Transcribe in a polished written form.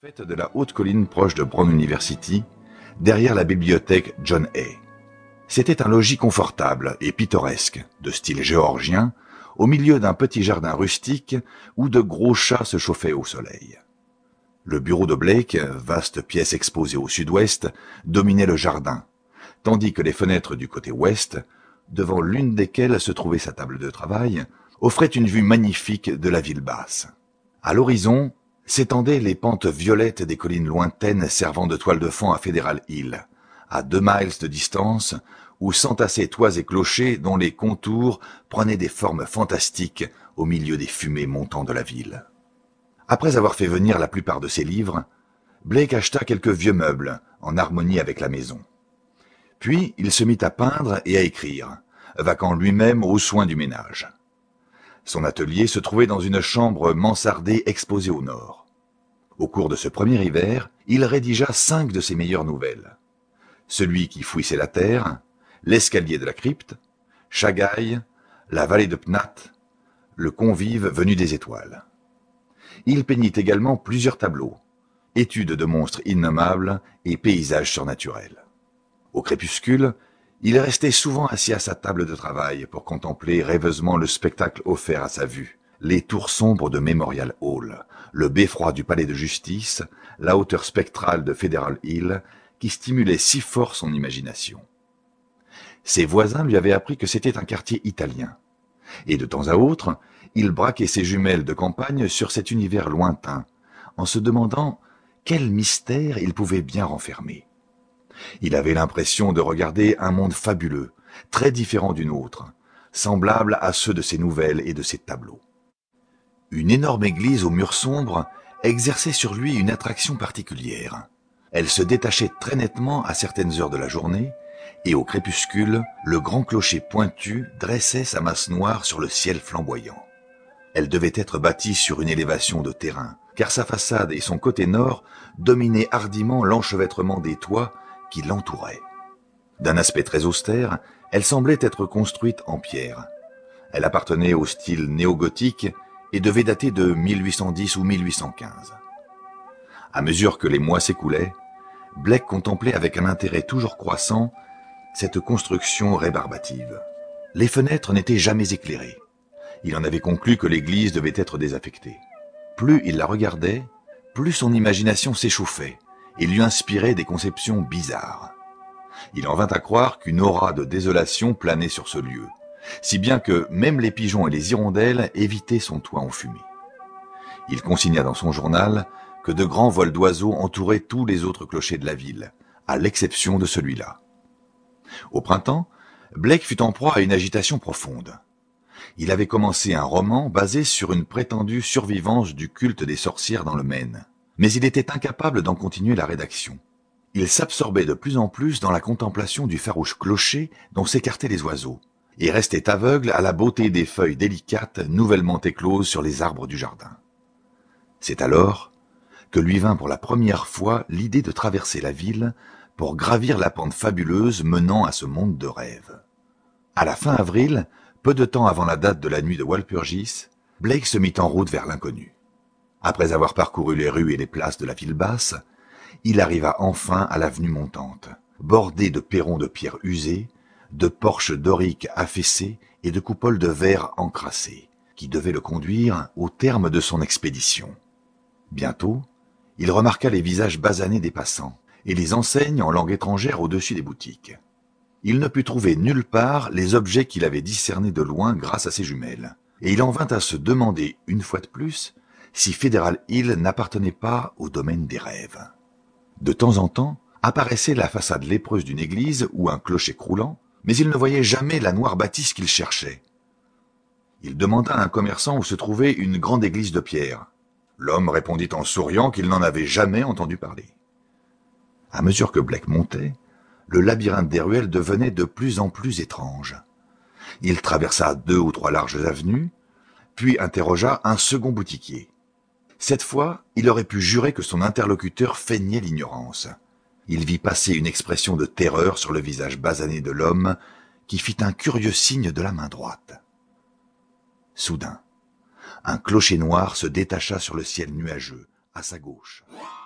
Faite de la haute colline proche de Brown University, derrière la bibliothèque John Hay. C'était un logis confortable et pittoresque, de style géorgien, au milieu d'un petit jardin rustique où de gros chats se chauffaient au soleil. Le bureau de Blake, vaste pièce exposée au sud-ouest, dominait le jardin, tandis que les fenêtres du côté ouest, devant l'une desquelles se trouvait sa table de travail, offraient une vue magnifique de la ville basse. À l'horizon, s'étendaient les pentes violettes des collines lointaines servant de toile de fond à Federal Hill, à 2 miles de distance, où s'entassaient toits et clochers dont les contours prenaient des formes fantastiques au milieu des fumées montant de la ville. Après avoir fait venir la plupart de ses livres, Blake acheta quelques vieux meubles en harmonie avec la maison. Puis il se mit à peindre et à écrire, vaquant lui-même aux soins du ménage. Son atelier se trouvait dans une chambre mansardée exposée au nord. Au cours de ce premier hiver, il rédigea 5 de ses meilleures nouvelles. Celui qui fouissait la terre, L'escalier de la crypte, Shagaï, La vallée de Pnat, Le convive venu des étoiles. Il peignit également plusieurs tableaux, études de monstres innommables et paysages surnaturels. Au crépuscule, il restait souvent assis à sa table de travail pour contempler rêveusement le spectacle offert à sa vue. Les tours sombres de Memorial Hall, le beffroi du palais de justice, la hauteur spectrale de Federal Hill, qui stimulait si fort son imagination. Ses voisins lui avaient appris que c'était un quartier italien. Et de temps à autre, il braquait ses jumelles de campagne sur cet univers lointain, en se demandant quel mystère il pouvait bien renfermer. Il avait l'impression de regarder un monde fabuleux, très différent du nôtre, semblable à ceux de ses nouvelles et de ses tableaux. Une énorme église aux murs sombres exerçait sur lui une attraction particulière. Elle se détachait très nettement à certaines heures de la journée, et au crépuscule, le grand clocher pointu dressait sa masse noire sur le ciel flamboyant. Elle devait être bâtie sur une élévation de terrain, car sa façade et son côté nord dominaient hardiment l'enchevêtrement des toits qui l'entouraient. D'un aspect très austère, elle semblait être construite en pierre. Elle appartenait au style néo-gothique et devait dater de 1810 ou 1815. À mesure que les mois s'écoulaient, Blake contemplait avec un intérêt toujours croissant cette construction rébarbative. Les fenêtres n'étaient jamais éclairées. Il en avait conclu que l'église devait être désaffectée. Plus il la regardait, plus son imagination s'échauffait et lui inspirait des conceptions bizarres. Il en vint à croire qu'une aura de désolation planait sur ce lieu, si bien que même les pigeons et les hirondelles évitaient son toit enfumé. Il consigna dans son journal que de grands vols d'oiseaux entouraient tous les autres clochers de la ville, à l'exception de celui-là. Au printemps, Blake fut en proie à une agitation profonde. Il avait commencé un roman basé sur une prétendue survivance du culte des sorcières dans le Maine, mais il était incapable d'en continuer la rédaction. Il s'absorbait de plus en plus dans la contemplation du farouche clocher dont s'écartaient les oiseaux, et restait aveugle à la beauté des feuilles délicates nouvellement écloses sur les arbres du jardin. C'est alors que lui vint pour la première fois l'idée de traverser la ville pour gravir la pente fabuleuse menant à ce monde de rêve. À la fin avril, peu de temps avant la date de la nuit de Walpurgis, Blake se mit en route vers l'inconnu. Après avoir parcouru les rues et les places de la ville basse, il arriva enfin à l'avenue montante, bordée de perrons de pierre usés, de porches doriques affaissés et de coupoles de verre encrassées, qui devaient le conduire au terme de son expédition. Bientôt, il remarqua les visages basanés des passants et les enseignes en langue étrangère au-dessus des boutiques. Il ne put trouver nulle part les objets qu'il avait discernés de loin grâce à ses jumelles, et il en vint à se demander une fois de plus si Federal Hill n'appartenait pas au domaine des rêves. De temps en temps, apparaissait la façade lépreuse d'une église ou un clocher croulant, mais il ne voyait jamais la noire bâtisse qu'il cherchait. Il demanda à un commerçant où se trouvait une grande église de pierre. L'homme répondit en souriant qu'il n'en avait jamais entendu parler. À mesure que Blake montait, le labyrinthe des ruelles devenait de plus en plus étrange. Il traversa 2 ou 3 larges avenues, puis interrogea un second boutiquier. Cette fois, il aurait pu jurer que son interlocuteur feignait l'ignorance. Il vit passer une expression de terreur sur le visage basané de l'homme, qui fit un curieux signe de la main droite. Soudain, un clocher noir se détacha sur le ciel nuageux, à sa gauche.